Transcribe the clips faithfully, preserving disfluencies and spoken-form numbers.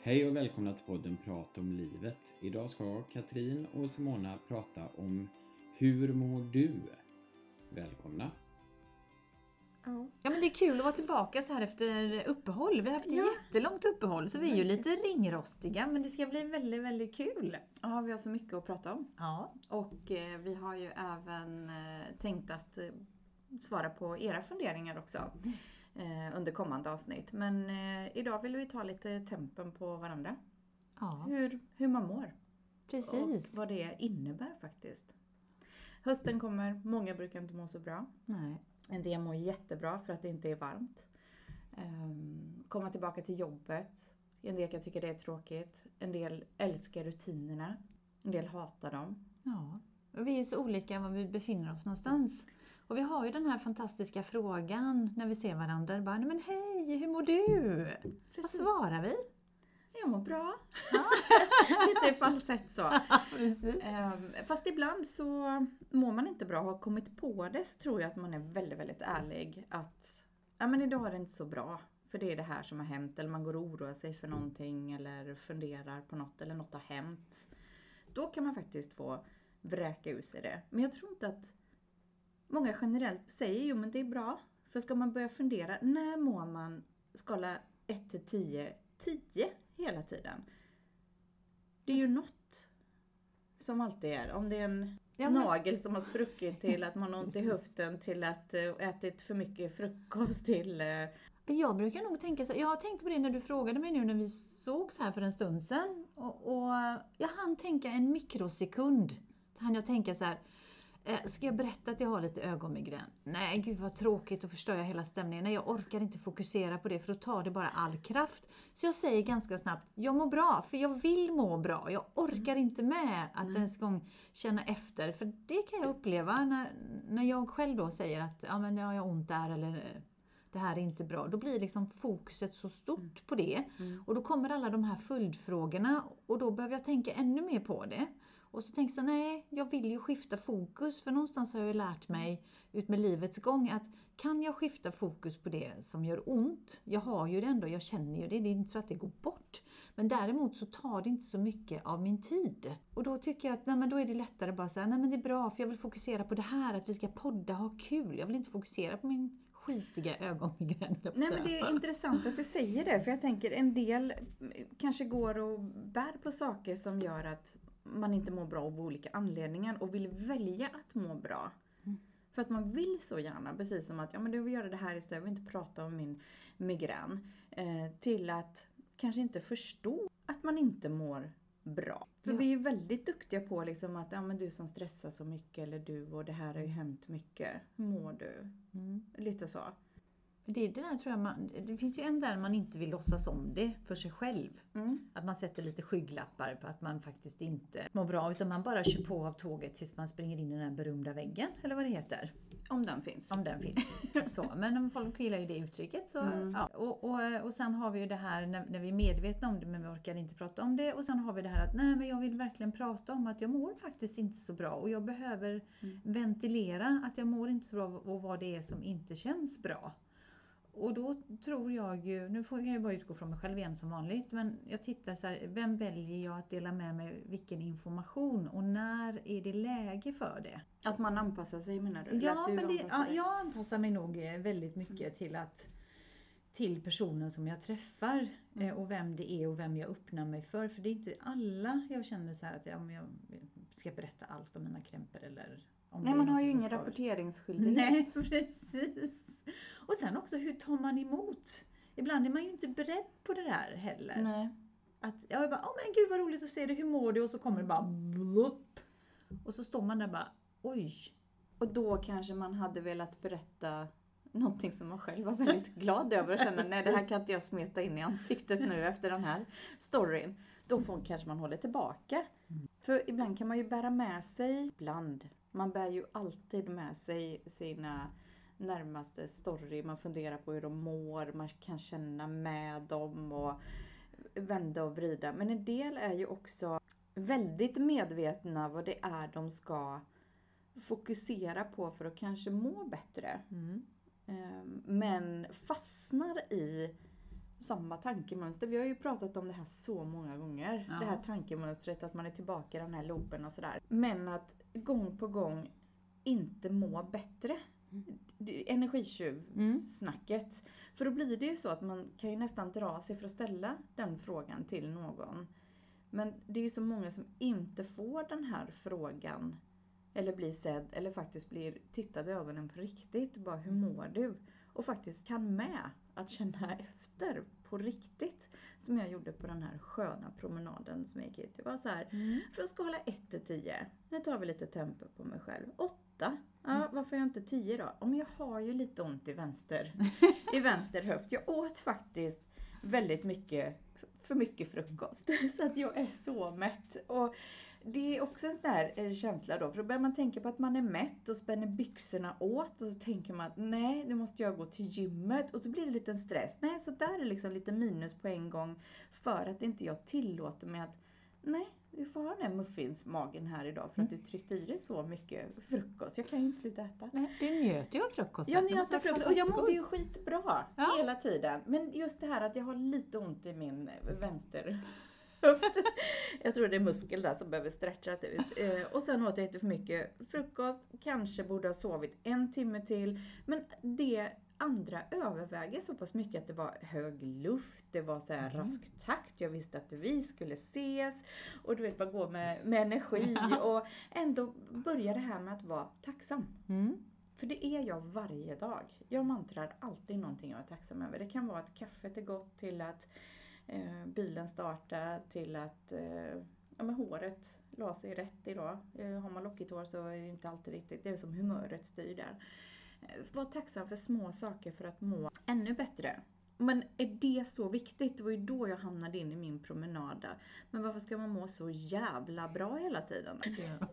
Hej och välkomna till podden Prata om livet. Idag ska Katrin och Simona prata om hur mår du? Välkomna! Ja, men det är kul att vara tillbaka så här efter uppehåll. Vi har haft ett ja. jättelångt uppehåll så vi är ju lite ringrostiga, men det ska bli väldigt, väldigt kul. Ja, vi har så mycket att prata om. Ja. Och eh, vi har ju även eh, tänkt att eh, svara på era funderingar också eh, under kommande avsnitt. Men eh, idag vill vi ta lite tempen på varandra. Ja. Hur, hur man mår. Precis. Och vad det innebär faktiskt. Hösten kommer, många brukar inte må så bra. Nej. En del mår jättebra för att det inte är varmt. Um, komma tillbaka till jobbet. En del kan tycka det är tråkigt. En del älskar rutinerna. En del hatar dem. Ja, och vi är så olika var vi befinner oss någonstans. Och vi har ju den här fantastiska frågan när vi ser varandra. Bara, men hej, hur mår du? Precis. Vad svarar vi? Jag mår bra. Ja. Lite i falsett så. um, fast ibland så mår man inte bra och har kommit på det, så tror jag att man är väldigt, väldigt ärlig. Att ja, men idag är det inte så bra. För det är det här som har hänt. Eller man går och oroar sig för någonting. Eller funderar på något. Eller något har hänt. Då kan man faktiskt få vräka ur sig det. Men jag tror inte att många generellt säger jo men det är bra. För ska man börja fundera. När mår man skala ett till tio? tio hela tiden. Det är ju något som alltid är. Om det är en ja, men... nagel som har spruckit till att man har ont i höften, till att uh, ätit för mycket frukost till... Uh... Jag brukar nog tänka så. Jag har tänkt på det när du frågade mig nu när vi sågs här för en stund sedan. Och, och jag hann tänka en mikrosekund. Han jag tänka så här. Ska jag berätta att jag har lite ögonmigrän? Nej, gud vad tråkigt, och förstör jag hela stämningen. Nej, jag orkar inte fokusera på det, för då tar det bara all kraft. Så jag säger ganska snabbt, jag mår bra, för jag vill må bra. Jag orkar inte med att mm. ens gång känna efter. För det kan jag uppleva när, när jag själv då säger att ja, men jag har ont där, eller det här är inte bra. Då blir liksom fokuset så stort mm. på det. Mm. Och då kommer alla de här följdfrågorna, och då behöver jag tänka ännu mer på det. Och så tänkte jag, nej, jag vill ju skifta fokus. För någonstans har jag lärt mig ut med livets gång att kan jag skifta fokus på det som gör ont? Jag har ju det ändå, jag känner ju det. Det är inte så att det går bort. Men däremot så tar det inte så mycket av min tid. Och då tycker jag att nej, men då är det lättare bara att säga, nej men det är bra för jag vill fokusera på det här. Att vi ska podda, ha kul. Jag vill inte fokusera på min skitiga ögonmigrän. Nej, men det är intressant att du säger det. För jag tänker en del kanske går och bär på saker som gör att man inte mår bra av olika anledningar och vill välja att må bra. Mm. För att man vill så gärna, precis som att ja, men du vill göra det här istället, jag vill inte prata om min migrän. Eh, till att kanske inte förstå att man inte mår bra. För ja. Vi är ju väldigt duktiga på liksom att ja, men du som stressar så mycket, eller du och det här har ju hänt mycket. Hur mår du? Mm. Lite så. Det, det, där tror jag man, det finns ju en där man inte vill låtsas om det för sig själv. Mm. Att man sätter lite skygglappar på att man faktiskt inte mår bra. Utan man bara kör på av tåget tills man springer in i den här berömda väggen. Eller vad det heter. Om den finns. Om den finns. Så. Men folk gillar ju det uttrycket. Så, mm. ja. och, och, och sen har vi ju det här när, när vi är medvetna om det men vi orkar inte prata om det. Och sen har vi det här att nej men jag vill verkligen prata om att jag mår faktiskt inte så bra. Och jag behöver mm. ventilera att jag mår inte så bra och vad det är som inte känns bra. Och då tror jag ju, nu får jag ju bara utgå från mig själv igen som vanligt, men jag tittar så här, vem väljer jag att dela med mig vilken information och när är det läge för det? Att man anpassar sig menar du? Ja, att du men det, ja dig? jag anpassar mig nog väldigt mycket mm. till att till personen som jag träffar mm. och vem det är och vem jag öppnar mig för. För det är inte alla jag känner så här att ja, men jag ska berätta allt om mina krämpor eller om nej, man har ju ingen rapporteringsskyldighet. Nej, precis. Och sen också, hur tar man emot? Ibland är man ju inte beredd på det där heller. Nej. Att jag bara, åh men gud vad roligt att se det, hur mår du? Och så kommer det bara blupp. Och så står man där bara, oj. Och då kanske man hade velat berätta någonting som man själv var väldigt glad över och känna, nej det här kan inte jag smeta in i ansiktet nu efter den här storyn. Då får, kanske man håller tillbaka. Mm. För ibland kan man ju bära med sig, ibland. Man bär ju alltid med sig sina närmaste story. Man funderar på hur de mår. Man kan känna med dem och vända och vrida. Men en del är ju också väldigt medvetna vad det är de ska fokusera på för att kanske må bättre. Mm. Men fastnar i samma tankemönster. Vi har ju pratat om det här så många gånger. Ja. Det här tankemönstret, att man är tillbaka i den här loopen och sådär. Men att gång på gång inte må bättre. Energitjuv-snacket. Mm. För då blir det ju så att man kan ju nästan dra sig för att ställa den frågan till någon. Men det är ju så många som inte får den här frågan. Eller blir sedd, eller faktiskt blir tittad i ögonen på riktigt. Bara, hur mår du? Och faktiskt kan med att känna efter på riktigt. Som jag gjorde på den här sköna promenaden som jag gick hit. Det var så här, mm. för att skala ett till tio. Nu tar vi lite tempo på mig själv. åtta. Ja, mm. Varför är jag inte tio då? Om jag har ju lite ont i vänster, i vänster höft. Jag åt faktiskt väldigt mycket, för mycket frukost. Så att jag är så mätt. Och det är också en sån här känsla då. För då börjar man tänka på att man är mätt och spänner byxorna åt. Och så tänker man att nej, nu måste jag gå till gymmet. Och så blir det lite en stress. Nej, så där är liksom lite minus på en gång. För att inte jag tillåter mig att nej, du får ha den här muffinsmagen här idag. För att du tryckte i dig så mycket frukost. Jag kan ju inte sluta äta. Nej, du njöt ju av frukost. Jag njöt av frukost. Och jag mådde ju skitbra ja. hela tiden. Men just det här att jag har lite ont i min vänster jag tror det är muskel där som behöver stretchas ut. Eh, och sen åt jag inte för mycket frukost. Kanske borde ha sovit en timme till. Men det andra överväger så pass mycket att det var hög luft. Det var så här mm. rask takt. Jag visste att vi skulle ses. Och du vet, man går med, med energi. Och ändå börjar det här med att vara tacksam. Mm. För det är jag varje dag. Jag mantrar alltid någonting jag är tacksam över. Det kan vara att kaffet är gott, till att Eh, bilen startar, till att eh, ja, men håret la sig rätt idag. Eh, har man lockigt hår så är det inte alltid riktigt. Det är som humöret styr där. Eh, var tacksam för små saker för att må ännu bättre. Men är det så viktigt? Det var ju då jag hamnade in i min promenada. Men varför ska man må så jävla bra hela tiden? Ja.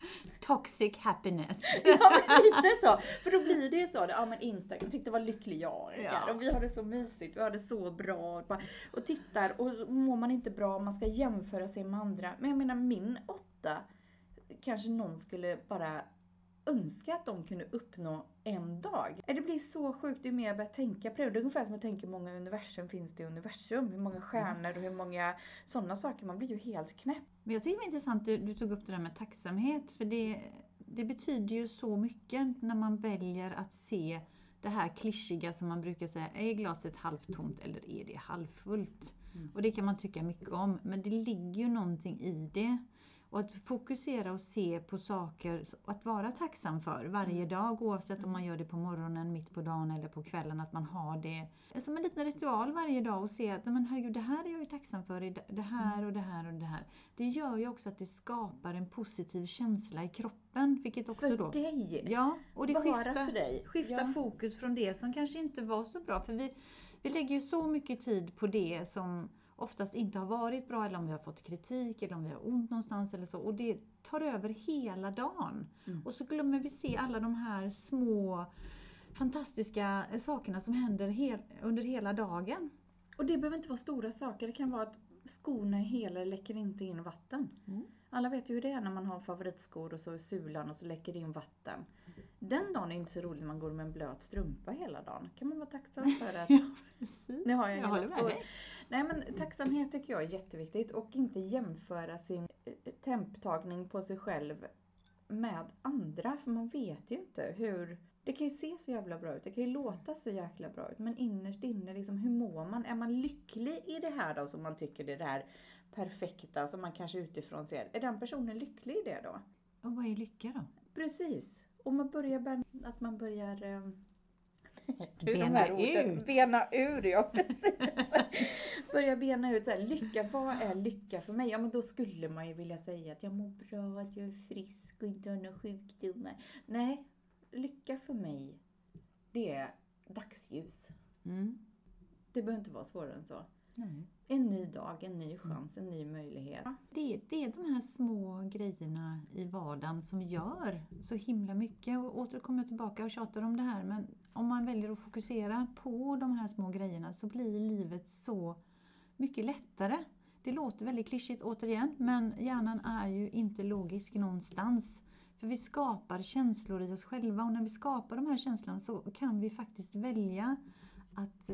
Toxic happiness. Ja, men lite så. För då blir det ju så. Ja, men Instagram, tyckte vad lycklig jag är. Ja. Och vi har det så mysigt. Vi har det så bra. Och tittar. Och mår man inte bra. Man ska jämföra sig med andra. Men jag menar, min åtta. Kanske någon skulle bara önska att de kunde uppnå en dag. Det blir så sjukt ju mer jag börjar tänka på det. Det är ungefär som att tänka hur många universum finns det i universum. Hur många stjärnor och hur många sådana saker. Man blir ju helt knäpp. Men jag tycker det var intressant du, du tog upp det där med tacksamhet. För det, det betyder ju så mycket när man väljer att se det här klyschiga som man brukar säga. Är glaset halvtomt eller är det halvfullt? Mm. Och det kan man tycka mycket om. Men det ligger ju någonting i det. Och att fokusera och se på saker att vara tacksam för varje dag. Oavsett om man gör det på morgonen, mitt på dagen eller på kvällen. Att man har det som en liten ritual varje dag. Och se att men herregud, det här är jag ju tacksam för. Det här och det här och det här. Det gör ju också att det skapar en positiv känsla i kroppen. Vilket också för då, dig? Ja, och det bara skiftar, för dig. skiftar Ja. fokus från det som kanske inte var så bra. För vi, vi lägger ju så mycket tid på det som oftast inte har varit bra, eller om vi har fått kritik eller om vi har ont någonstans eller så. Och det tar över hela dagen. Mm. Och så glömmer vi se alla de här små fantastiska sakerna som händer hel, under hela dagen. Och det behöver inte vara stora saker. Det kan vara att skorna är hela, läcker inte in vatten. Mm. Alla vet ju hur det är när man har favoritskor och så är sulan och så läcker det in vatten. Den dagen är inte så rolig när man går med en blöt strumpa hela dagen. Kan man vara tacksam för att ja, precis. Nu har jag, jag håller med dig. Nej, men tacksamhet tycker jag är jätteviktigt. Och inte jämföra sin temptagning på sig själv med andra. För man vet ju inte hur... Det kan ju se så jävla bra ut. Det kan ju låta så jäkla bra ut. Men innerst inne, liksom, hur mår man? Är man lycklig i det här då som man tycker det är det här perfekta som man kanske utifrån ser? Är den personen lycklig i det då? Och vad är lycka då? Precis. Och man börjar, att man börjar um, bena ut. Bena ur, ja precis. Börja bena ut så här, lycka, vad är lycka för mig? Ja, men då skulle man ju vilja säga att jag mår bra, att jag är frisk och inte har några sjukdomar. Nej, lycka för mig, det är dagsljus. Mm. Det behöver inte vara svårare än så. Nej. En ny dag, en ny chans, en ny möjlighet. Det, det är de här små grejerna i vardagen som gör så himla mycket. Och åter kommer jag tillbaka och tjatar om det här. Men om man väljer att fokusera på de här små grejerna så blir livet så mycket lättare. Det låter väldigt klyschigt återigen, men hjärnan är ju inte logisk någonstans. För vi skapar känslor i oss själva, och när vi skapar de här känslorna så kan vi faktiskt välja att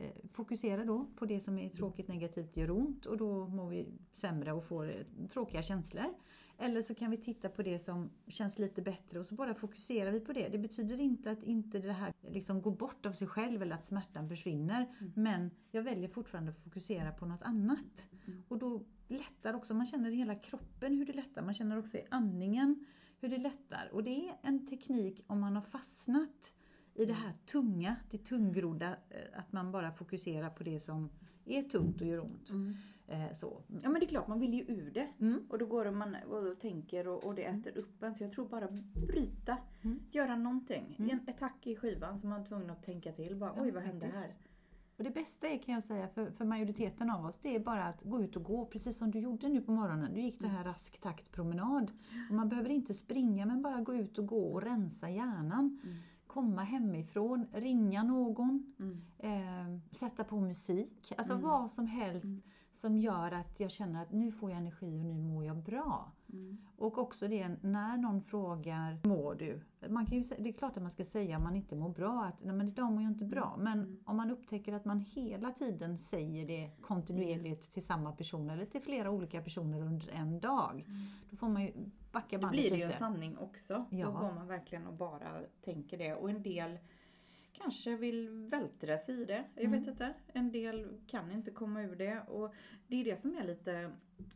fokusera då på det som är tråkigt, negativt, gör ont och då mår vi sämre och får tråkiga känslor. Eller så kan vi titta på det som känns lite bättre och så bara fokuserar vi på det. Det betyder inte att inte det här liksom går bort av sig själv eller att smärtan försvinner. Mm. Men jag väljer fortfarande att fokusera på något annat. Mm. Och då lättar också, man känner i hela kroppen hur det lättar. Man känner också i andningen hur det lättar. Och det är en teknik om man har fastnat i det här tunga, det tunggrodda, att man bara fokuserar på det som är tungt och gör ont. Mm. Eh, så. Ja men det är klart, man vill ju ur det. Mm. Och då går man och tänker och, och det äter upp en. Så jag tror bara bryta, mm. göra någonting. Mm. Ett hack i skivan som man är tvungen att tänka till. Bara, oj, vad hände här? Och det bästa är, kan jag säga, för, för majoriteten av oss, det är bara att gå ut och gå. Precis som du gjorde nu på morgonen. Du gick det här rask takt promenad. Och man behöver inte springa, men bara gå ut och gå och rensa hjärnan. Mm. Komma hemifrån, ringa någon, mm. eh, sätta på musik. Alltså mm. vad som helst mm. som gör att jag känner att nu får jag energi och nu mår jag bra. Mm. Och också det, när någon frågar, mår du? Man kan ju, det är klart att man ska säga om man inte mår bra, att nej men idag mår jag inte bra. Men mm. om man upptäcker att man hela tiden säger det kontinuerligt till samma person eller till flera olika personer under en dag. Mm. Då får man ju backa bandet lite. Då blir det ju en sanning också. Ja. Då går man verkligen och bara tänker det. Och en del kanske vill vältra sig i det. Jag mm. vet inte. En del kan inte komma ur det. Och det är det som är lite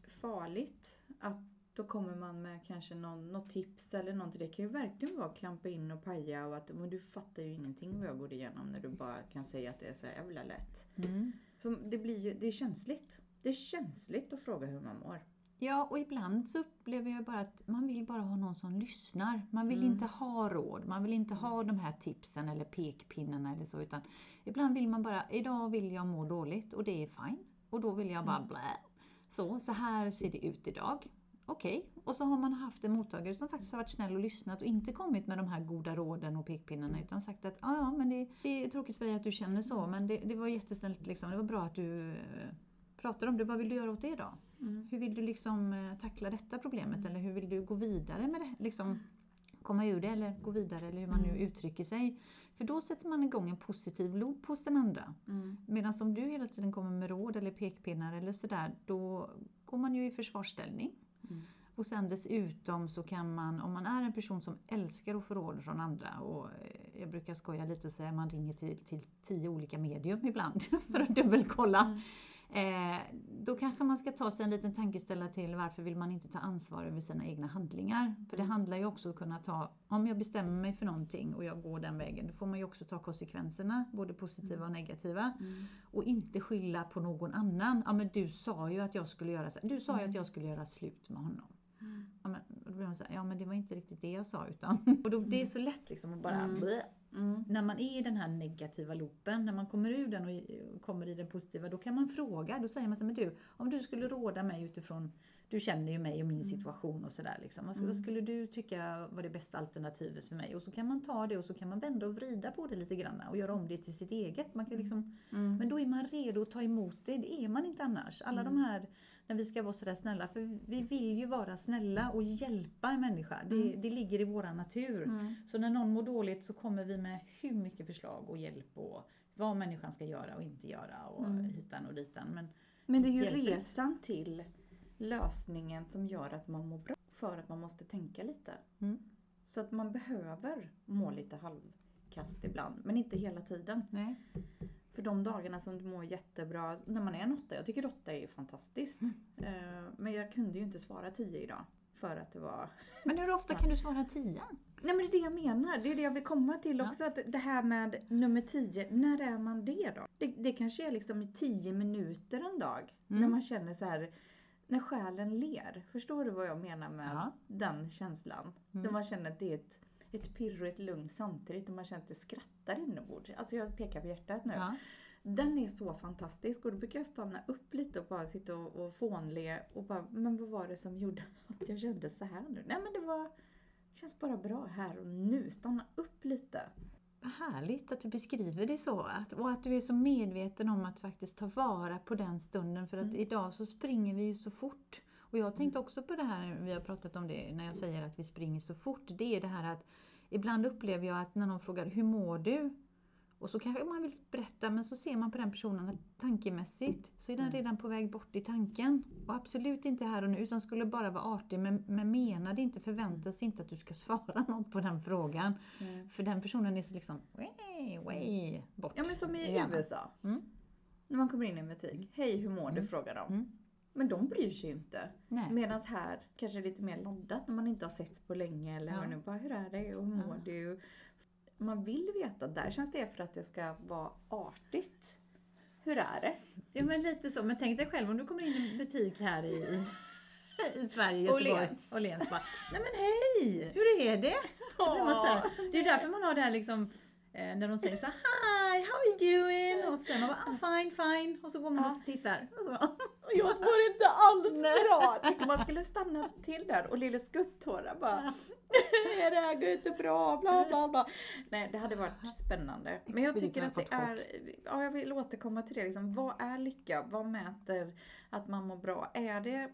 farligt. Att då kommer man med kanske någon, något tips eller någonting. Det kan ju verkligen vara att klampa in och paja. Och att, men du fattar ju ingenting vad jag går igenom när du bara kan säga att det är så jävla lätt. Mm. Så det blir ju, det är känsligt. Det är känsligt att fråga hur man mår. Ja, och ibland så upplever jag bara att man vill bara ha någon som lyssnar. Man vill mm. inte ha råd. Man vill inte ha de här tipsen eller pekpinnarna eller så. Utan ibland vill man bara, idag vill jag må dåligt och det är fine. Och då vill jag bara mm. blä. Så, så här ser det ut idag. Okej. Okay. Och så har man haft en mottagare som faktiskt har varit snäll och lyssnat och inte kommit med de här goda råden och pekpinnarna. Utan sagt att ja, ja men det, det är tråkigt för dig att du känner så. Men det, det var jättesnällt liksom. Det var bra att du pratade om det. Vad vill du göra åt det idag? Mm. Hur vill du liksom tackla detta problemet? Mm. Eller hur vill du gå vidare med det? Liksom komma ur det eller gå vidare eller hur man nu mm. uttrycker sig. För då sätter man igång en positiv loop hos den andra. Mm. Medan om du hela tiden kommer med råd eller pekpinnar eller sådär, då går man ju i försvarsställning. Mm. Och sen dessutom så kan man, om man är en person som älskar att få råd från andra, och jag brukar skoja lite och säga att man ringer till, till tio olika medium ibland för att dubbelkolla. Mm. Eh, då kanske man ska ta sig en liten tankeställare till varför vill man inte ta ansvar över sina egna handlingar. För det handlar ju också om att kunna ta, om jag bestämmer mig för någonting och jag går den vägen, då får man ju också ta konsekvenserna, både positiva och negativa. Mm. Och inte skylla på någon annan. Ja men du sa ju att jag skulle göra så. Du sa mm. ju att jag skulle göra slut med honom. Mm. Ja, men, då blir man så här, ja men det var inte riktigt det jag sa utan. Och då, det är så lätt liksom att bara mm. blä. Mm. När man är i den här negativa loopen, när man kommer ur den och i, kommer i den positiva, då kan man fråga, då säger man så här, men du, om du skulle råda mig utifrån, du känner ju mig och min situation och sådär liksom, alltså, mm. vad skulle du tycka var det bästa alternativet för mig? Och så kan man ta det och så kan man vända och vrida på det lite grann och göra om det till sitt eget. Man kan liksom, mm. men då är man redo att ta emot det, det är man inte annars. Alla mm. de här, när vi ska vara sådär snälla, för vi vill ju vara snälla och hjälpa en människa. Det, mm. det ligger i vår natur. Mm. Så när någon mår dåligt så kommer vi med hur mycket förslag och hjälp och vad människan ska göra och inte göra och mm. hitan och ditan. Men, Men det är ju hjälper. resan till lösningen som gör att man mår bra, för att man måste tänka lite. Mm. Så att man behöver må lite halvkast ibland, men inte hela tiden. Nej. För de dagarna som du mår jättebra, när man är en åtta, jag tycker åtta är fantastiskt. Mm. Men jag kunde ju inte svara tio idag, för att det var... Men hur ofta kan du svara tio? Nej men det är det jag menar, det är det jag vill komma till också, ja. Att det här med nummer tio, när är man det då? Det, det kanske är liksom i tio minuter en dag, mm. när man känner så här, när själen ler. Förstår du vad jag menar med ja. den känslan? Mm. När man känner att det är ett, ett pirr och ett lugn samtidigt, och man känner att det skrattar inombords. Alltså jag pekar på hjärtat nu. Ja. Den är så fantastisk, och då brukar jag stanna upp lite och bara sitta och, och fånle och bara, men vad var det som gjorde att jag kände så här nu? Nej men det var, det känns bara bra här och nu. Stanna upp lite. Vad härligt att du beskriver det så. Att, och att du är så medveten om att faktiskt ta vara på den stunden. För att mm. idag så springer vi ju så fort. Och jag tänkte också på det här, vi har pratat om det när jag säger att vi springer så fort. Det är det här att ibland upplever jag att när någon frågar, hur mår du? Och så kanske man vill berätta, men så ser man på den personen att tankemässigt så är den redan på väg bort i tanken. Och absolut inte här och nu, utan skulle bara vara artig, men, men menade inte, förväntas inte att du ska svara något på den frågan. Mm. För den personen är så liksom way, way bort. Ja, men som i igen. U S A. Mm. När man kommer in i en butik. Hej, hur mår du? Mm. Frågar de. Mm. Men de bryr sig ju inte. Medan här kanske lite mer laddat när man inte har setts på länge. Eller ja. hör nu bara, hur är det och hur mår ja. du? Man vill veta, där känns det för att det ska vara artigt. Hur är det? Ja, men lite så. Men tänk dig själv om du kommer in i en butik här i, i, i Sverige, Göteborg. Åhléns. Åhléns bara, nej men hej! Hur är det? Ja. Det är därför man har det här liksom, när de säger så här, hi, how are you doing? Och sen man bara, ah, fine, fine. Och så går man ja. och tittar. Och så. Jag mår inte alls bra. Tänk man skulle stanna till där och lilla skuttåra bara, är det här går inte bra, bla bla bla. Nej, det hade varit spännande. Men jag tycker att det är, ja, jag vill återkomma till det liksom. Vad är lycka? Vad mäter att man mår bra? Är det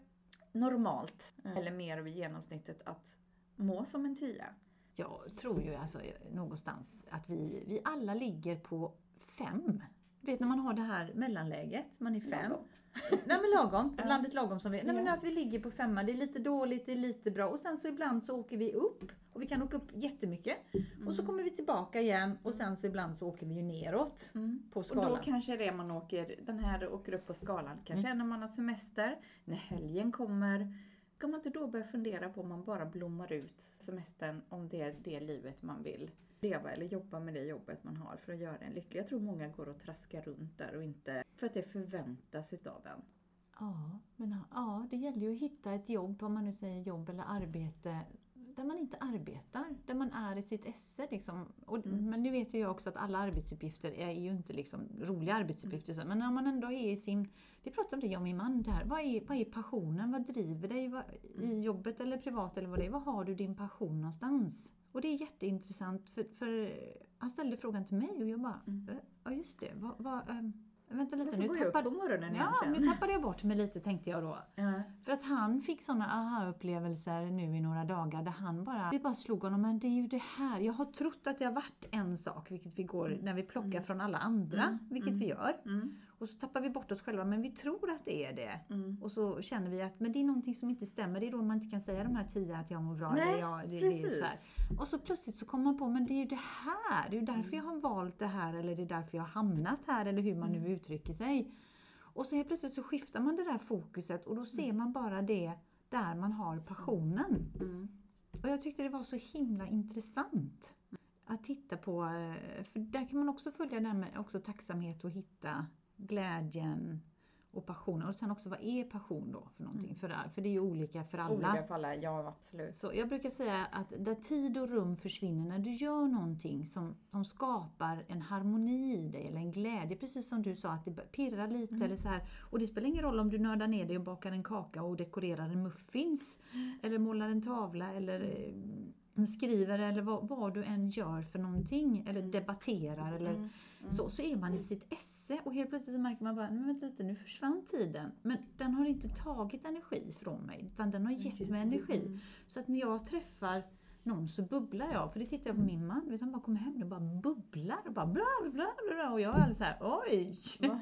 normalt mm. eller mer över genomsnittet att må som en tia? Jag tror ju alltså någonstans att vi, vi alla ligger på fem. Du vet när man har det här mellanläget, man är fem. Lagom. Nej men lagom, ja. landet lagom som vi. Nej men att vi ligger på femma, det är lite dåligt, det är lite bra. Och sen så ibland så åker vi upp. Och vi kan åka upp jättemycket. Mm. Och så kommer vi tillbaka igen. Och sen så ibland så åker vi ju neråt mm. på skalan. Och då kanske det man åker, den här åker upp på skalan. Kanske mm. när man har semester, när helgen kommer. Kan man inte då börja fundera på om man bara blommar ut semestern, om det är det livet man vill leva eller jobba med det jobbet man har för att göra en lycklig. Jag tror många går och traskar runt där och inte för att det förväntas utav en. Ja, men ja, det gäller ju att hitta ett jobb, om man nu säger jobb eller arbete, där man inte arbetar, där man är i sitt esse liksom. Och, mm. Men nu vet ju jag också att alla arbetsuppgifter är ju inte liksom roliga arbetsuppgifter. Mm. Men när man ändå är i sin, vi pratade om det, jag och min man där, vad är, vad är passionen, vad driver dig vad, i jobbet eller privat eller vad det är, vad har du din passion någonstans? Och det är jätteintressant för, för han ställde frågan till mig och jag bara, mm. ja just det, vad, vad ähm, vänta lite, nu tappade, på morgonen ja, nu tappade jag bort mig lite tänkte jag då. Mm. För att han fick sådana aha-upplevelser nu i några dagar där han bara, det bara slog honom, men det är ju det här. Jag har trott att det har varit en sak, vilket vi går mm. när vi plockar mm. från alla andra, mm. vilket mm. vi gör. Mm. Och så tappar vi bort oss själva, men vi tror att det är det. Mm. Och så känner vi att men det är någonting som inte stämmer. Det är då man inte kan säga de här tio att jag mår bra. Nej, eller jag, det, det är så här. Och så plötsligt så kommer man på, men det är ju det här. Det är ju därför jag har valt det här. Eller det är därför jag har hamnat här. Eller hur man nu uttrycker sig. Och så helt plötsligt så skiftar man det där fokuset. Och då ser man bara det där man har passionen. Mm. Och jag tyckte det var så himla intressant att titta på. För där kan man också följa det här med också tacksamhet och hitta glädjen och passionen. Och sen också, vad är passion då för någonting? Mm. För, för det är ju olika för alla. Olika för alla, ja absolut. Så jag brukar säga att där tid och rum försvinner, när du gör någonting som, som skapar en harmoni i dig eller en glädje. Precis som du sa, att det pirrar lite mm. eller så här. Och det spelar ingen roll om du nördar ner dig och bakar en kaka och dekorerar en muffins. Mm. Eller målar en tavla eller mm. skriver eller vad, vad du än gör för någonting. Eller debatterar eller mm. Mm. Så, så är man i sitt esse och helt plötsligt så märker man bara, men vänta lite, nu försvann tiden. Men den har inte tagit energi från mig, utan den har gett mig energi. Mm. Så att när jag träffar någon så bubblar jag, för det tittar jag på min man, vet han bara kommer hem och bara bubblar och bara bla bla bla bla och jag är alldeles så här, oj!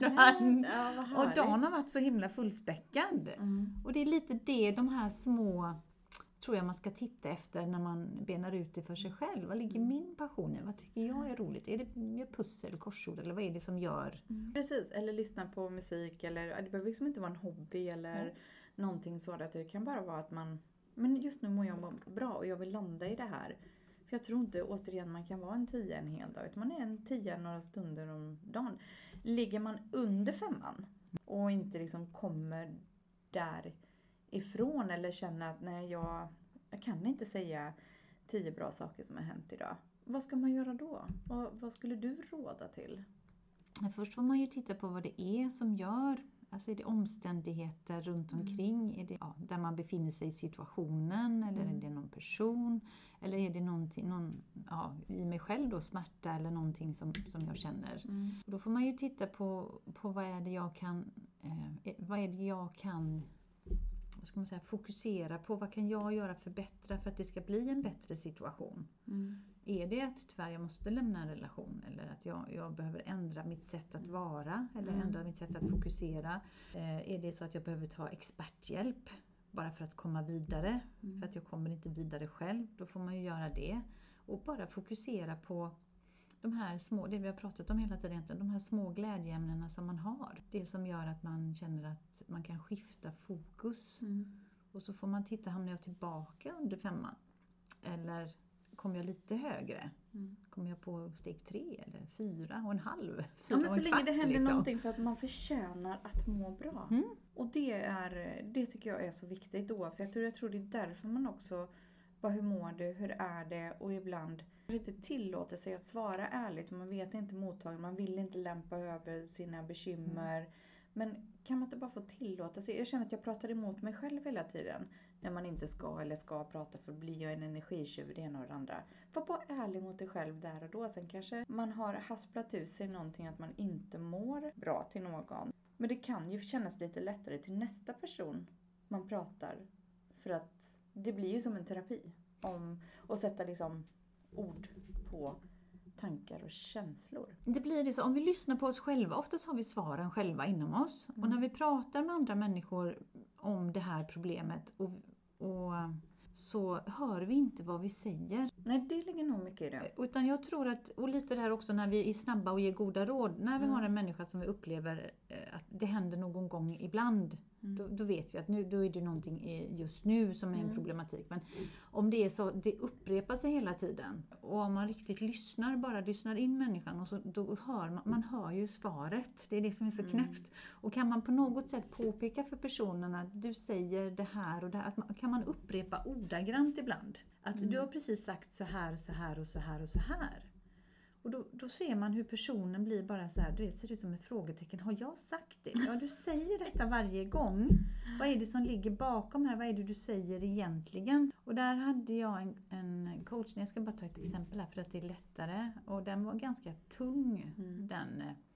Ja, och dagen har varit så himla fullspäckad. Mm. Och det är lite det, de här små tror jag man ska titta efter när man benar ut det för sig själv. Vad ligger min passion i? Vad tycker jag är roligt? Är det pussel, korsord eller vad är det som gör? Mm. Precis, eller lyssna på musik. Eller, det behöver liksom inte vara en hobby eller mm. någonting sådant. Det kan bara vara att man, men just nu mår jag bra och jag vill landa i det här. För jag tror inte återigen man kan vara en tia en hel dag. Utan man är en tia några stunder om dagen. Ligger man under femman och inte liksom kommer där ifrån eller känna att nej jag, jag kan inte säga tio bra saker som har hänt idag. Vad ska man göra då? Vad, vad skulle du råda till? Först får man ju titta på vad det är som gör, alltså är det omständigheter runt omkring, mm. är det ja, där man befinner sig i situationen eller mm. är det någon person eller är det någonting, någon, ja, i mig själv då smärta eller någonting som, som jag känner. Mm. Och då får man ju titta på, på vad är det jag kan, eh, vad är det jag kan vad ska man säga, fokusera på vad kan jag göra för bättre för att det ska bli en bättre situation. Mm. Är det att tyvärr jag måste lämna en relation eller att jag, jag behöver ändra mitt sätt att vara eller Mm. ändra mitt sätt att fokusera? Eh, är det så att jag behöver ta experthjälp bara för att komma vidare? Mm. För att jag kommer inte vidare själv, då får man ju göra det. Och bara fokusera på de här små, det vi har pratat om hela tiden egentligen, de här små glädjeämnena som man har. Det som gör att man känner att man kan skifta fokus. Mm. Och så får man titta, hamnar jag tillbaka under femman? Eller kommer jag lite högre? Mm. Kommer jag på steg tre eller fyra och en halv? Fyra Ja, men och så en länge kvart, det händer liksom. någonting för att man förtjänar att må bra. Mm. Och det, är, det tycker jag är så viktigt oavsett. Och jag tror det är därför man också, bara hur mår du, hur är det? Och ibland inte tillåter sig att svara ärligt. Man vet inte mottagaren, man vill inte lämpa över sina bekymmer. Mm. Men kan man inte bara få tillåta sig? Jag känner att jag pratar emot mig själv hela tiden. När man inte ska eller ska prata, för blir jag en energitjuv, det ena och det andra. Var bara ärlig mot dig själv där och då. Sen kanske man har hasplat ut sig någonting att man inte mår bra till någon. Men det kan ju kännas lite lättare till nästa person man pratar. För att det blir ju som en terapi. Om att sätta liksom ord på tankar och känslor. Det blir det så, om vi lyssnar på oss själva, oftast har vi svaren själva inom oss. Mm. Och när vi pratar med andra människor om det här problemet och, och så hör vi inte vad vi säger. Nej, det ligger nog mycket i det. Utan jag tror att, och lite där också när vi är snabba och ger goda råd, när vi mm. har en människa som vi upplever att det händer någon gång ibland. Mm. Då, då vet vi att nu, då är det någonting just nu som är en mm. problematik. Men om det är så, det upprepar sig hela tiden. Och om man riktigt lyssnar, bara lyssnar in människan, och så, då hör man, man hör ju svaret. Det är det som är så knäppt. Mm. Och kan man på något sätt påpeka för personerna att du säger det här och det här. Att man, kan man upprepa ordagrant ibland. Att mm. du har precis sagt så här, så här och så här och så här. Och då, då ser man hur personen blir bara så här, du vet, ser ut som ett frågetecken. Har jag sagt det? Ja, du säger detta varje gång. Vad är det som ligger bakom här? Vad är det du säger egentligen? Och där hade jag en, en coachning. Jag ska bara ta ett exempel här för att det är lättare. Och den var ganska tung, mm. den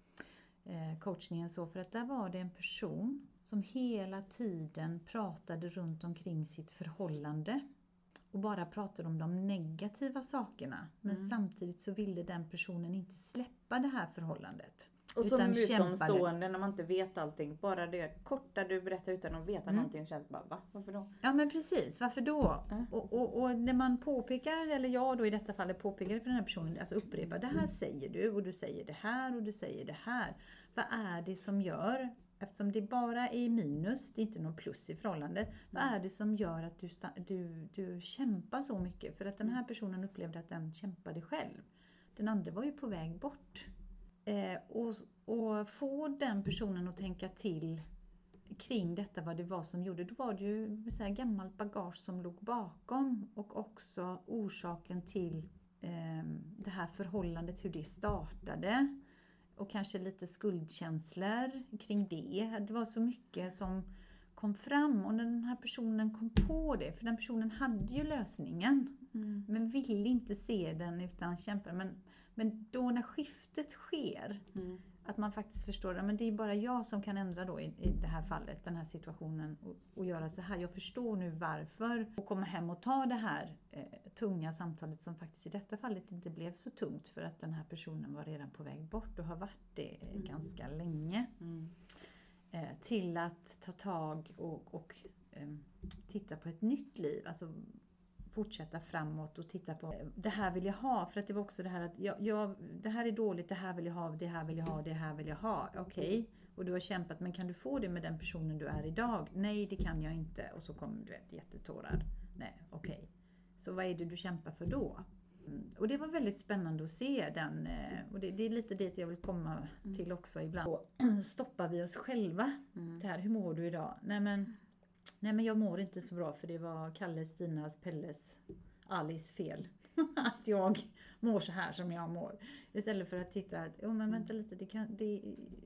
eh, coachningen så. För att där var det en person som hela tiden pratade runt omkring sitt förhållande. Och bara pratade om de negativa sakerna. Men mm. samtidigt så ville den personen inte släppa det här förhållandet. Och som utomstående när man inte vet allting. Bara det korta du berättar utan att veta mm. någonting känns bara, va? Varför då? Ja men precis, varför då? Mm. Och, och, och när man påpekar, eller jag då i detta fallet påpekar för den här personen, alltså upprepa, det här säger du och du säger det här och du säger det här. Vad är det som gör... Eftersom det bara är minus, det är inte någon plus i förhållandet. Mm. Vad är det som gör att du, du, du kämpar så mycket? För att den här personen upplevde att den kämpade själv. Den andra var ju på väg bort. Eh, och, och få den personen att tänka till kring detta, vad det var som gjorde. Då var det ju så här gammalt bagage som låg bakom. Och också orsaken till eh, det här förhållandet, hur det startade. Och kanske lite skuldkänslor kring det. Det var så mycket som kom fram. Och när den här personen kom på det. För den personen hade ju lösningen. Mm. Men ville inte se den utan kämpa. Men, men då när skiftet sker. Mm. Att man faktiskt förstår att det är bara jag som kan ändra då i, i det här fallet. Den här situationen. Och, och göra så här. Jag förstår nu varför. Och komma hem och ta det här eh, tunga samtalet. Som faktiskt i detta fallet inte blev så tungt. För att den här personen var redan på väg bort. Och har varit det eh, mm. ganska länge. Mm. Eh, till att ta tag och, och eh, titta på ett nytt liv. Alltså fortsätta framåt och titta på det här vill jag ha. För att det var också det här att jag, jag, det här är dåligt, det här vill jag ha, det här vill jag ha, det här vill jag ha. Okej, okay. Och du har kämpat, men kan du få det med den personen du är idag? Nej, det kan jag inte. Och så kommer du vet, jättetårar. Nej, okej. Okay. Så vad är det du kämpar för då? Mm. Och det var väldigt spännande att se den. Och det, det är lite det jag vill komma till också ibland. Och stoppar vi oss själva. Mm. Det här, hur mår du idag? Nej men... Nej men jag mår inte så bra för det var Kalle, Stinas, Pelles, Alice fel. Att jag mår så här som jag mår. Istället för att titta att, oh, men vänta lite, det kan, det,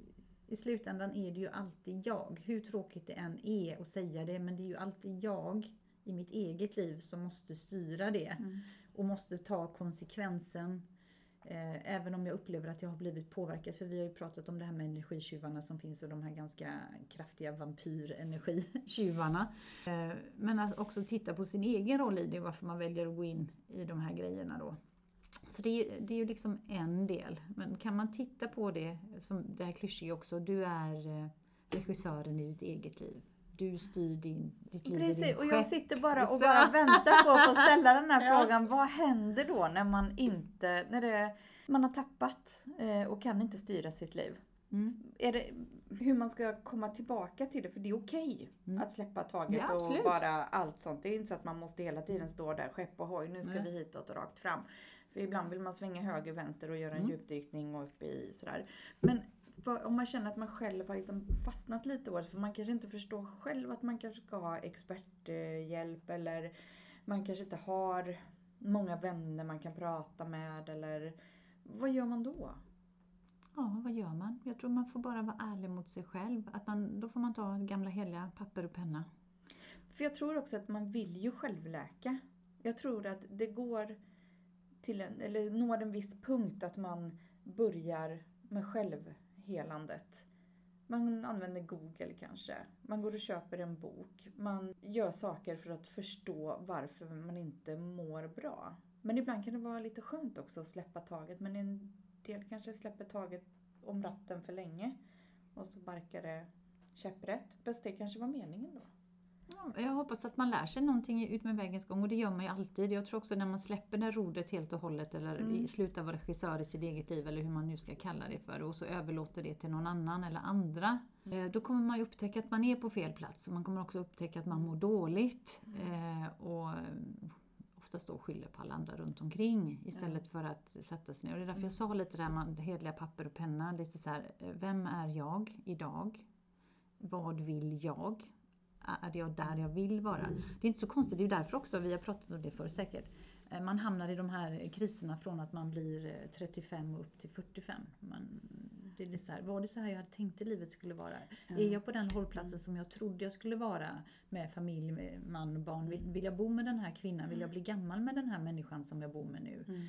i slutändan är det ju alltid jag. Hur tråkigt det än är att säga det, men det är ju alltid jag i mitt eget liv som måste styra det. Mm. Och måste ta konsekvensen Eh, även om jag upplever att jag har blivit påverkad. För vi har ju pratat om det här med energitjuvarna som finns och de här ganska kraftiga vampyrenergitjuvarna. Eh, men att också titta på sin egen roll i det, varför man väljer att gå in i de här grejerna då. Så det är, det är ju liksom en del. Men kan man titta på det, som det här klyschiga också, du är regissören i ditt eget liv. Du styr din, ditt liv. Precis, i din och jag skepp. sitter bara och bara väntar på att få ställa den här ja. frågan. Vad händer då när man inte, när det, man har tappat eh, och kan inte styra sitt liv? Mm. Är det, hur man ska komma tillbaka till det, för det är okej mm. att släppa taget ja, och bara allt sånt. Det är inte så att man måste hela tiden stå där, skepp och hoj, nu ska Nej. vi hitåt och rakt fram. För ibland vill man svänga höger, vänster och göra en mm. djupdykning och upp i sådär. Men för om man känner att man själv har liksom fastnat lite åt, för man kanske inte förstår själv att man kanske ska ha experthjälp, eller man kanske inte har många vänner man kan prata med, eller vad gör man då? Ja, vad gör man? Jag tror man får bara vara ärlig mot sig själv. Att man, då får man ta gamla heliga papper och penna. För jag tror också att man vill ju självläka. Jag tror att det går till en, eller når en viss punkt att man börjar med självhelandet. Man använder Google kanske. Man går och köper en bok. Man gör saker för att förstå varför man inte mår bra. Men ibland kan det vara lite skönt också att släppa taget. Men en del kanske släpper taget om ratten för länge. Och så barkar det käpprätt. Fast det kanske var meningen då. Ja, jag hoppas att man lär sig någonting ut med vägens gång. Och det gör man ju alltid. Jag tror också när man släpper det rodet helt och hållet. Eller mm. slutar vara regissör i sitt eget liv. Eller hur man nu ska kalla det för. Och så överlåter det till någon annan eller andra. Mm. Då kommer man ju upptäcka att man är på fel plats. Och man kommer också upptäcka att man mår dåligt. Mm. Och oftast då skyller på alla andra runt omkring. Istället för att sätta sig ner. Och det är därför jag sa lite det här med hedliga papper och penna. Lite så här, vem är jag idag? Vad vill jag? Är jag där jag vill vara? Det är inte så konstigt. Det är därför också, vi har pratat om det för säkert. Man hamnar i de här kriserna från att man blir trettiofem och upp till fyrtiofem. Man, det är lite så här, var det så här jag hade tänkt i livet skulle vara? Mm. Är jag på den hållplatsen som jag trodde jag skulle vara? Med familj, med man och barn. Vill, vill jag bo med den här kvinnan? Vill jag bli gammal med den här människan som jag bor med nu? Mm.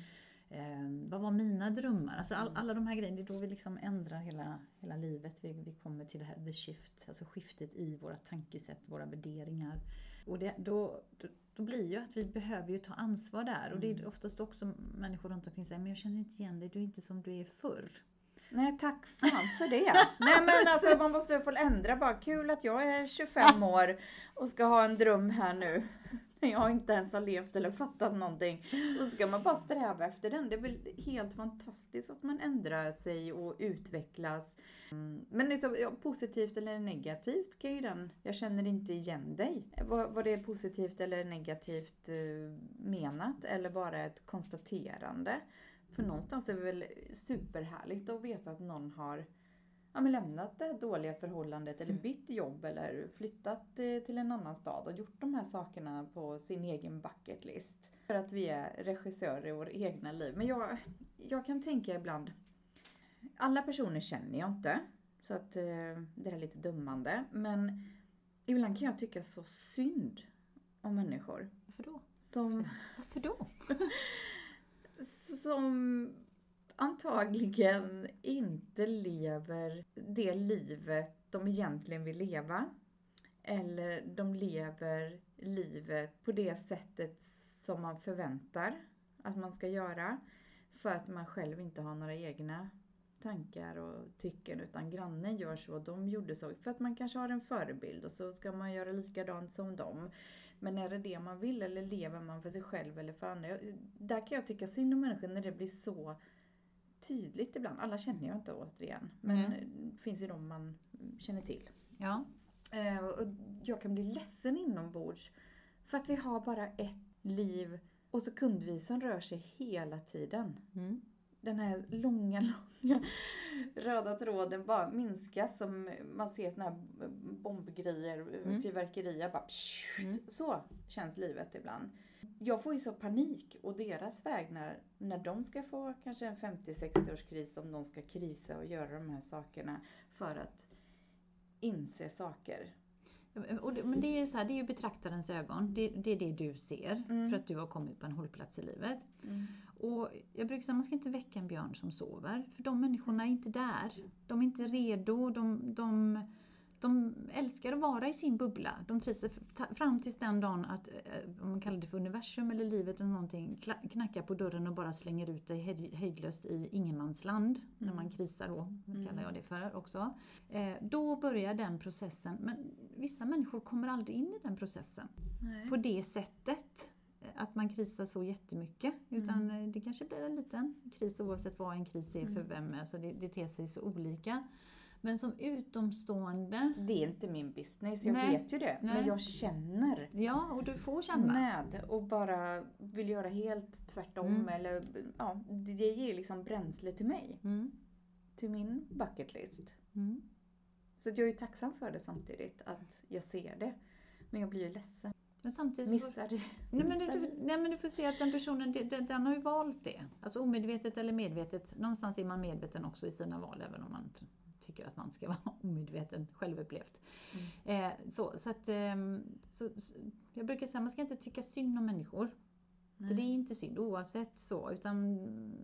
Eh, vad var mina drömmar? Alltså all, alla de här grejerna, det är då vi liksom ändrar hela, hela livet. Vi, vi kommer till det här the shift, alltså skiftet i våra tankesätt, våra värderingar. Och det, då, då, då blir ju att vi behöver ju ta ansvar där. Mm. Och det är oftast också människor runt omkring säger, men jag känner inte igen dig, du är inte som du är förr. Nej, tack fan för det. Nej, men alltså man måste få ändra. Bara kul att jag är tjugofem år och ska ha en dröm här nu. Jag inte ens har levt eller fattat någonting. Och så ska man bara sträva efter den. Det är väl helt fantastiskt att man ändrar sig och utvecklas. Men liksom, ja, positivt eller negativt kan ju den, jag känner inte igen dig. Vad, vad det är positivt eller negativt eh, menat eller bara ett konstaterande. För någonstans är det väl superhärligt att veta att någon har ja, men lämnat det dåliga förhållandet eller bytt jobb eller flyttat till en annan stad och gjort de här sakerna på sin egen bucket list. För att vi är regissörer i våra egna liv. Men jag, jag kan tänka ibland, alla personer känner jag inte, så att det är lite dömande. Men ibland kan jag tycka så synd om människor. Varför då? Som, Varför då? som antagligen inte lever det livet de egentligen vill leva. Eller de lever livet på det sättet som man förväntar att man ska göra. För att man själv inte har några egna tankar och tycken, utan grannen gör så, de gjorde så. För att man kanske har en förebild och så ska man göra likadant som dem. Men är det det man vill eller lever man för sig själv eller för andra? Där kan jag tycka synd om människor när det blir så tydligt ibland. Alla känner jag inte återigen. Men mm. det finns ju de man känner till. Ja. Eh, och jag kan bli ledsen inombords. För att vi har bara ett liv. Och sekundvisan rör sig hela tiden. Mm. Den här långa, långa röda tråden bara minskas. Som man ser såna här bombgrejer, mm. fyrverkerier. Bara, mm. Så känns livet ibland. Jag får ju så panik och deras vägnar när de ska få kanske en femtio-sextio års kris, om de ska krisa och göra de här sakerna för att inse saker. Och det, men det är så här, det är ju betraktarens ögon. Det, det är det du ser. Mm. För att du har kommit på en hållplats i livet. Mm. Och jag brukar säga, man ska inte väcka en björn som sover. För de människorna är inte där. De är inte redo. De, de, de älskar att vara i sin bubbla. De trivs fram tills den dagen att, om man kallar det för universum eller livet eller någonting, knackar på dörren och bara slänger ut dig hejdlöst i ingenmansland. Mm. När man krisar då, kallar jag det för också. Eh, då börjar den processen. Men vissa människor kommer aldrig in i den processen. Nej. På det sättet. Att man krisar så jättemycket. Utan mm. det kanske blir en liten kris oavsett vad en kris är för mm. vem. Alltså det, det ter sig så olika. Men som utomstående... Det är inte min business, jag nej, vet ju det. nej. Men jag känner. Ja, och du får känna. Med och bara vill göra helt tvärtom. Mm. Eller, ja, det, det ger liksom bränsle till mig. Mm. Till min bucket list. Mm. Så jag är ju tacksam för det samtidigt. Att jag ser det. Men jag blir ju ledsen. Men samtidigt missar du? Nej men du, nej men du får se att den personen, den, den har ju valt det. Alltså omedvetet eller medvetet. Någonstans är man medveten också i sina val. Även om man tycker att man ska vara omedveten, självupplevt. Mm. Eh, så, så att, eh, så, så, jag brukar säga, man ska inte tycka synd om människor. Nej. För det är inte synd oavsett så. Utan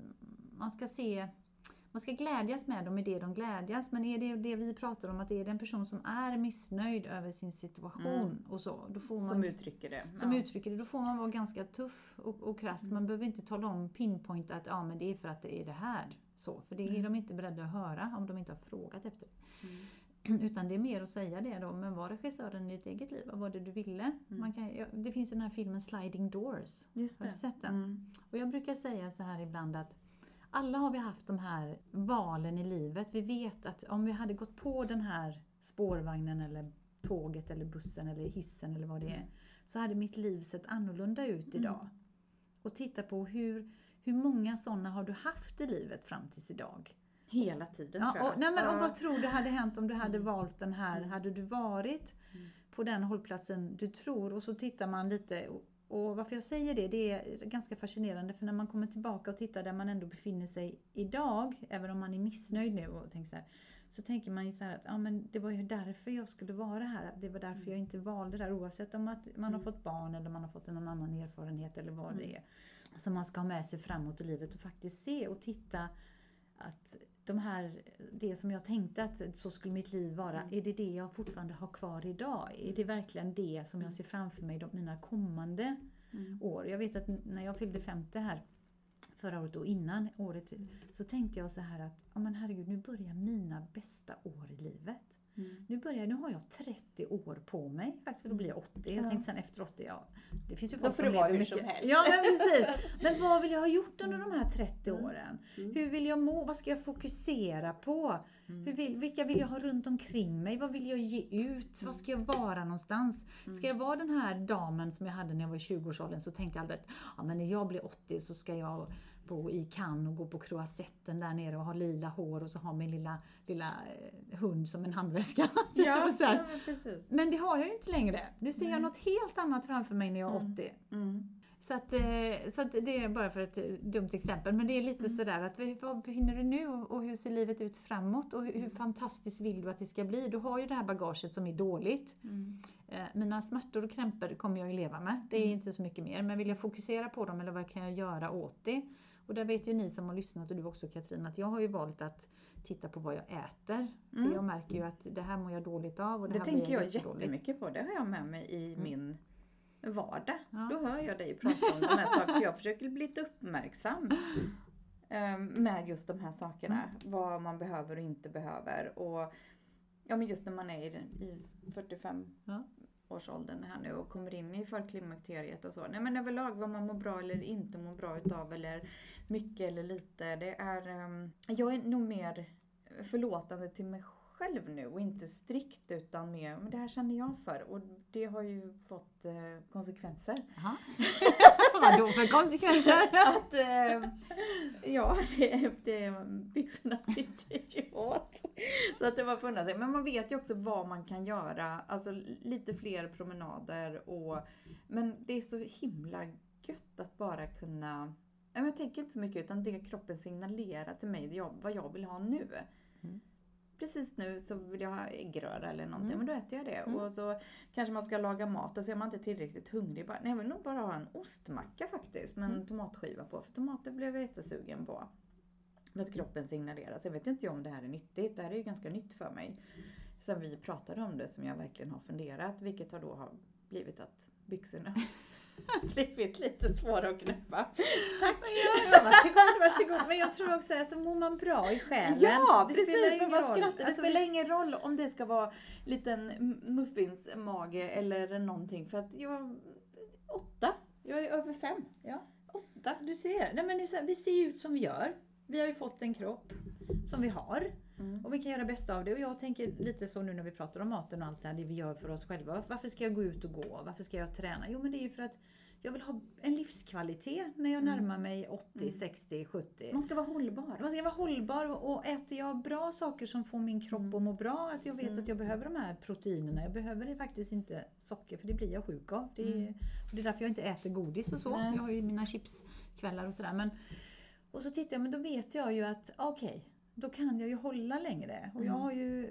man ska se... Man ska glädjas med dem i det de glädjas. Men är det det vi pratar om, att det är den person som är missnöjd över sin situation mm. och så. Då får man, som uttrycker det. Som ja. uttrycker det. Då får man vara ganska tuff och, och krass. Mm. Man behöver inte tala om pinpoint att ja, men det är för att det är det här. Så, för det är mm. de inte beredda att höra om de inte har frågat efter det. Mm. Utan det är mer att säga det då. Men var regissören i ditt eget liv? Vad var det du ville? Mm. Man kan, ja, det finns ju den här filmen Sliding Doors. Just det. Har du sett den? Mm. Och jag brukar säga så här ibland att alla har vi haft de här valen i livet. Vi vet att om vi hade gått på den här spårvagnen eller tåget eller bussen eller hissen eller vad det är. Mm. Så hade mitt liv sett annorlunda ut idag. Mm. Och titta på hur, hur många sådana har du haft i livet fram tills idag. Hela tiden ja, tror jag. Och, nej, men, och vad tror du hade hänt om du hade mm. valt den här? Mm. Hade du varit mm. på den hållplatsen du tror? Och så tittar man lite... Och varför jag säger det, det är ganska fascinerande. För när man kommer tillbaka och tittar där man ändå befinner sig idag. Även om man är missnöjd nu och tänker så här. Så tänker man ju så här att ja, men det var ju därför jag skulle vara här. Det var därför jag inte valde det här. Oavsett om att man har fått barn eller man har fått en annan erfarenhet eller vad det är. Som man ska ha med sig framåt i livet och faktiskt se och titta att de här, det som jag tänkte att så skulle mitt liv vara, mm. är det det jag fortfarande har kvar idag? Är det verkligen det som jag ser framför mig de, mina kommande mm. år? Jag vet att när jag fyllde femtio här förra året och innan året mm. så tänkte jag så här att, ja men herregud, nu börjar mina bästa år i livet. Mm. Nu börjar, nu har jag trettio år på mig. Faktiskt, för då blir jag åttio. Jag ja. tänkte sen efter åttio, ja. Det finns ju då folk får som det vara lever hur mycket. Som helst. Ja, men precis. Men vad vill jag ha gjort under de här trettio mm. åren? Mm. Hur vill jag må? Vad ska jag fokusera på? Mm. Hur vill, vilka vill jag ha runt omkring mig? Vad vill jag ge ut? Mm. Vad ska jag vara någonstans? Mm. Ska jag vara den här damen som jag hade när jag var i tjugoårsåldern, så tänkte jag alltid att ja, men när jag blir åttio så ska jag bo i Cannes och gå på croisetten där nere och ha lila hår och så ha min lilla, lilla hund som en handväska. Ja, så ja, precis. Men det har jag ju inte längre. Nu ser Nej. jag något helt annat framför mig när jag är åttio. Mm. Mm. Så, att, så att det är bara för ett dumt exempel. Men det är lite mm. sådär att vad befinner du nu och hur ser livet ut framåt? Och hur, hur fantastiskt vill du att det ska bli? Du har ju det här bagaget som är dåligt. Mm. Mina smärtor och krämpor kommer jag ju leva med. Det är mm. inte så mycket mer. Men vill jag fokusera på dem eller vad kan jag göra åt det? Och där vet ju ni som har lyssnat och du också Katrin att jag har ju valt att titta på vad jag äter. Mm. För jag märker ju att det här mår jag dåligt av. Och det det här tänker jag jättemycket på. Det har jag med mig i mm. min vardag. Ja. Då hör jag dig prata om de här sakerna. Jag försöker bli lite uppmärksam um, med just de här sakerna. Mm. Vad man behöver och inte behöver. Och ja, men just när man är i, i fyrtiofem ja. årsåldern här nu och kommer in i förklimakteriet och så. Nej, men överlag vad man mår bra eller inte mår bra utav eller mycket eller lite. Det är, um, jag är nog mer förlåtande till mig själv nu och inte strikt utan mer, men det här känner jag för och det har ju fått eh, konsekvenser. Jaha. Vad då för konsekvenser? Att eh, ja, det, det, byxorna sitter ju åt. Så att det var funnits. Men man vet ju också vad man kan göra. Alltså lite fler promenader och men det är så himla gött att bara kunna, jag tänker inte så mycket utan det kroppen signalerar till mig det jag, vad jag vill ha nu. Mm. precis nu så vill jag ha äggröra eller någonting. Mm. Men då äter jag det. Mm. Och så kanske man ska laga mat och så är man inte tillräckligt hungrig. Bara, nej, jag vill nog bara ha en ostmacka faktiskt. Med en Mm. tomatskiva på. För tomater blev jag jättesugen på. För att kroppen signalerar. Så jag vet inte om det här är nyttigt. Det här är ju ganska nytt för mig. Sen vi pratade om det som jag verkligen har funderat. Vilket har då har blivit att byxorna blivit lite svåra att knäppa. Tack! Ja, varsågod, varsågod. Men jag tror också att så mår man bra i själen. Ja, det precis. spelar Men ingen vad roll. skrattar? Det Alltså, spelar ingen roll om det ska vara liten muffinsmage eller någonting. För att jag åtta. Jag är över fem. Ja. Åtta. Du ser. Nej, men det är så här, vi ser ju ut som vi gör. Vi har ju fått en kropp som vi har. Mm. Och vi kan göra bästa av det. Och jag tänker lite så nu när vi pratar om maten och allt det här. Det vi gör för oss själva. Varför ska jag gå ut och gå? Varför ska jag träna? Jo, men det är ju för att jag vill ha en livskvalitet när jag Mm. närmar mig åttio, Mm. sextio, sjuttio. Man ska vara hållbar. Man ska vara hållbar och, och äter jag bra saker som får min kropp Mm. att må bra. Att jag vet Mm. att jag behöver de här proteinerna. Jag behöver det faktiskt inte socker för det blir jag sjuk av. Det är, Mm. och det är därför jag inte äter godis och så. Nej. Jag har ju mina chipskvällar och sådär. Men, och så tittar jag, men då vet jag ju att okej, okay, då kan jag ju hålla längre. Och jag Mm. har ju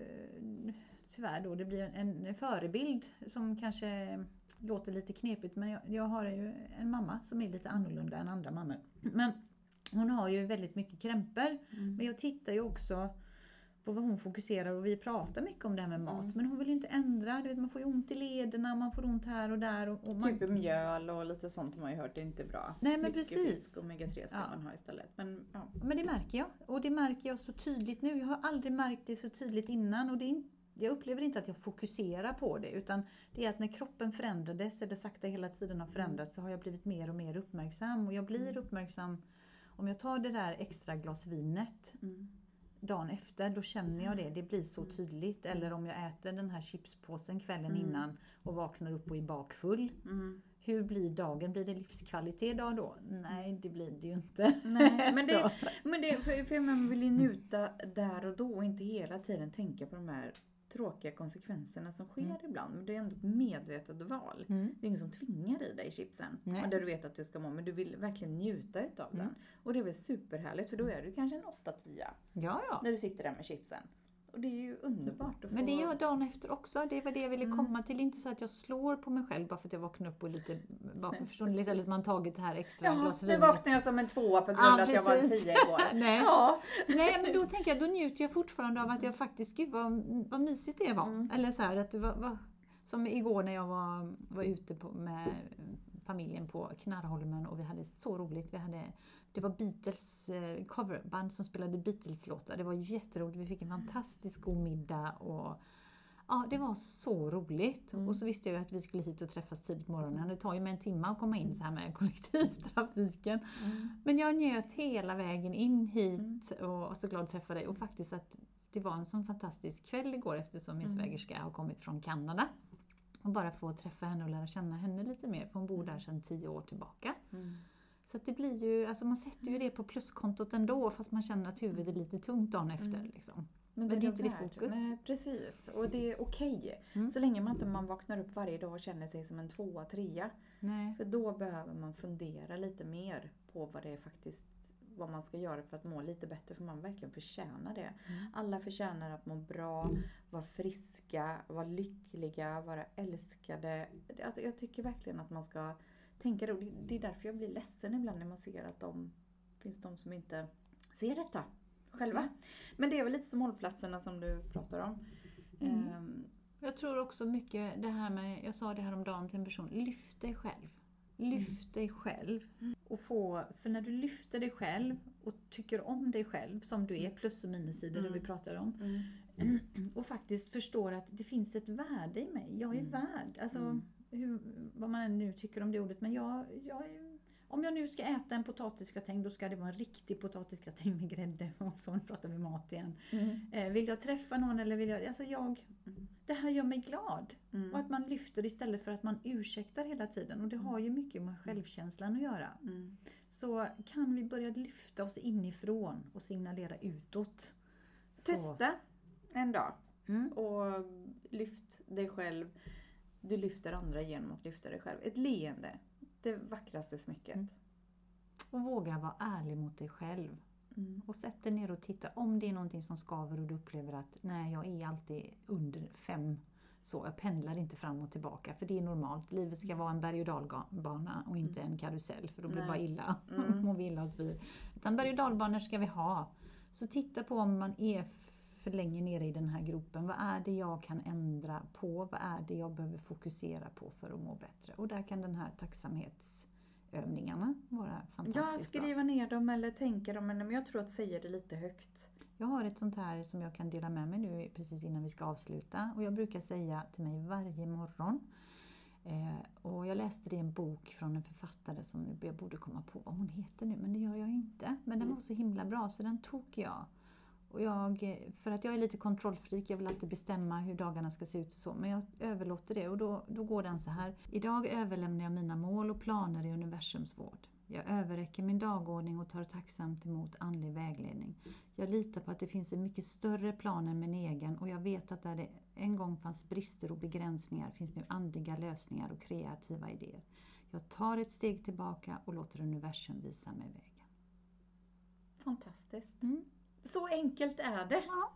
tyvärr då, det blir en, en förebild som kanske låter lite knepigt. Men jag, jag har ju en mamma som är lite annorlunda än andra mammor. Men hon har ju väldigt mycket krämpor. Mm. Men jag tittar ju också på vad hon fokuserar och vi pratar mycket om det här med mat. Mm. Men hon vill ju inte ändra. Du vet, man får ju ont i lederna, man får ont här och där. Och, och man... Typ mjöl och lite sånt har man ju hört är inte bra. Nej, men Mycket precis. fisk och omega tre ska Ja. man ha istället. Men, ja. Men det märker jag. Och det märker jag så tydligt nu. Jag har aldrig märkt det så tydligt innan. Och det är in... jag upplever inte att jag fokuserar på det. Utan det är att när kroppen förändrades, eller sakta hela tiden har förändrats, så har jag blivit mer och mer uppmärksam. Och jag blir Mm. uppmärksam. Om jag tar det där extra glas vinet Mm. dagen efter, då känner jag det. Det blir så tydligt. Eller om jag äter den här chipspåsen kvällen Mm. innan och vaknar upp och är bakfull. Mm. Hur blir dagen? Blir det livskvalitet dag då? Nej, det blir det ju inte. Nej, men det, Så. men det för, för man vill ju njuta där och då och inte hela tiden tänka på de här tråkiga konsekvenserna som sker Mm. ibland. Men det är ändå ett medvetet val. Mm. Det är ingen som tvingar i dig chipsen. Nej. Men där du vet att du ska må. Men du vill verkligen njuta utav Mm. den. Och det är väl superhärligt. För då är du kanske en åtta tio. Ja, ja. När du sitter där med chipsen. Och det är ju underbart att få... Men det är jag dagen efter också. Det var det jag ville Mm. komma till. Inte så att jag slår på mig själv bara för att jag vaknar upp och lite bakom. Nej, Förstår ni? Lite precis. att man tagit det här extra Ja, glas nu vin. vaknar jag som en tvåa på grund av Ja, att jag var en precis. tia igår. Nej. Ja. Nej, men då tänker jag, då njuter jag fortfarande av att jag faktiskt, gud vad, vad mysigt det var. Mm. Eller så här, att det var, var, som igår när jag var, var ute på, med familjen på Knarrholmen och vi hade så roligt. Vi hade, det var Beatles eh, coverband som spelade Beatles-låtar. Det var jätteroligt. Vi fick en fantastisk god middag och ja, det var så roligt. Mm. Och så visste jag ju att vi skulle hit och träffas tidigt på morgonen. Det tar ju mig en timme att komma in så här med kollektivtrafiken. Mm. Men jag njöt hela vägen in hit och var så glad att träffa dig. Och faktiskt att det var en sån fantastisk kväll igår eftersom min Mm. svägerska har kommit från Kanada. Och bara få träffa henne och lära känna henne lite mer. För hon bor där sedan tio år tillbaka. Mm. Så att det blir ju, alltså man sätter ju det på pluskontot ändå. Fast man känner att huvudet är lite tungt dagen efter. Mm. Liksom. Men, Men det är inte det värt. fokus. Nej, precis. Och det är okej. Mm. Så länge man inte man vaknar upp varje dag och känner sig som en tvåa, trea. Nej. För då behöver man fundera lite mer på vad det är faktiskt, vad man ska göra för att må lite bättre. För man verkligen förtjänar det. Mm. Alla förtjänar att må bra, vara friska, vara lyckliga, vara älskade. Alltså jag tycker verkligen att man ska tänka det. Och det- Det är därför jag blir ledsen ibland när man ser att de finns de som inte ser detta själva. Mm. Men det är väl lite som hållplatserna som du pratar om. Mm. Ehm, Jag tror också mycket det här med, jag sa det här om dagen till en person, lyft dig själv. Lyft dig själv. Och få, för när du lyfter dig själv och tycker om dig själv som du är, plus och minussidor Mm. det vi pratar om. mm. Och faktiskt förstår att det finns ett värde i mig. Jag är Mm. värd. Alltså, Mm. hur, vad man än nu tycker om det ordet. Men jag, jag är, om jag nu ska äta en potatisgratäng, då ska det vara en riktig potatisgratäng med grädde. Och så pratar vi mat igen. Mm. Eh, vill jag träffa någon eller vill jag... Alltså jag... Mm. Det här gör mig glad. Mm. Och att man lyfter istället för att man ursäktar hela tiden. Och det har ju mycket med självkänslan att göra. Mm. Så kan vi börja lyfta oss inifrån och signalera utåt. Så. Testa en dag. Mm. Och lyft dig själv. Du lyfter andra genom att lyfta dig själv. Ett leende. Det vackraste smycket. Mm. Och våga vara ärlig mot dig själv. Mm. Och sätt dig ner och titta om det är någonting som skaver och du upplever att nej, jag är alltid under fem. Så jag pendlar inte fram och tillbaka, för det är normalt. Livet ska vara en berg- och dalbana och inte en karusell, för då blir det bara illa. Mm. Mår vi illa och så vidare. Utan berg- och dalbanor ska vi ha. Så titta på om man är för länge nere i den här gropen. Vad är det jag kan ändra på? Vad är det jag behöver fokusera på för att må bättre? Och där kan den här tacksamhetsövningarna vara fantastiskt. Ja, skriva ner dem eller tänka dem, men jag tror att säga det lite högt. Jag har ett sånt här som jag kan dela med mig nu precis innan vi ska avsluta. Och jag brukar säga till mig varje morgon. Eh, och jag läste det i en bok från en författare som jag borde komma på vad hon heter nu. Men det gör jag inte. Men den var så himla bra så den tog jag. Och jag, för att jag är lite kontrollfreak, jag vill alltid bestämma hur dagarna ska se ut och så. Men jag överlåter det och då, då går den så här. Idag överlämnar jag mina mål och planer i universums vård. Jag överräcker min dagordning och tar tacksamt emot andlig vägledning. Jag litar på att det finns en mycket större plan än min egen och jag vet att där det en gång fanns brister och begränsningar finns nu andliga lösningar och kreativa idéer. Jag tar ett steg tillbaka och låter universum visa mig vägen. Fantastiskt. Mm. Så enkelt är det. Ja.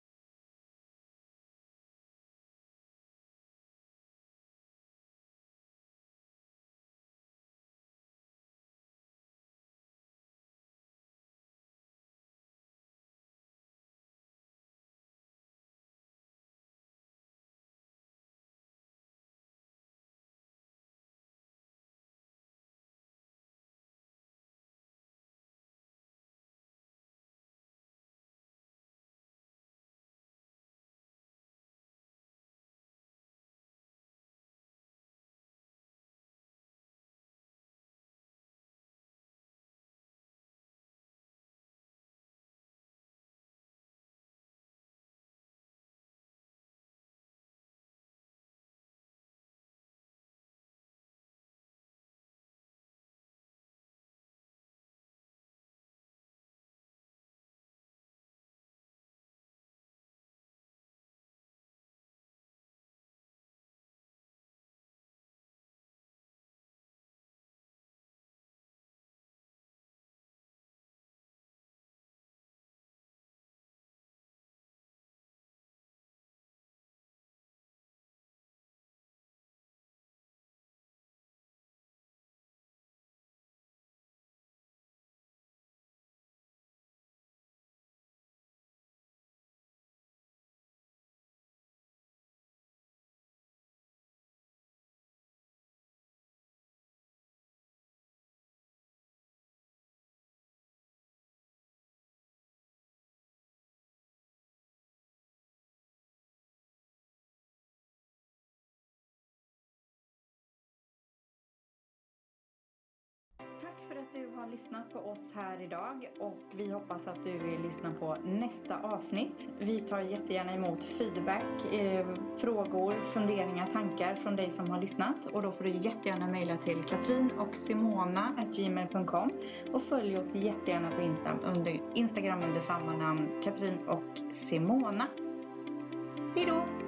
Tack för att du har lyssnat på oss här idag och vi hoppas att du vill lyssna på nästa avsnitt. Vi tar jättegärna emot feedback, eh, frågor, funderingar, tankar från dig som har lyssnat. Och då får du jättegärna mejla till katrin och simona at gmail dot com och följ oss jättegärna på Instagram under, Instagram under samma namn, Katrin och Simona. Hej då!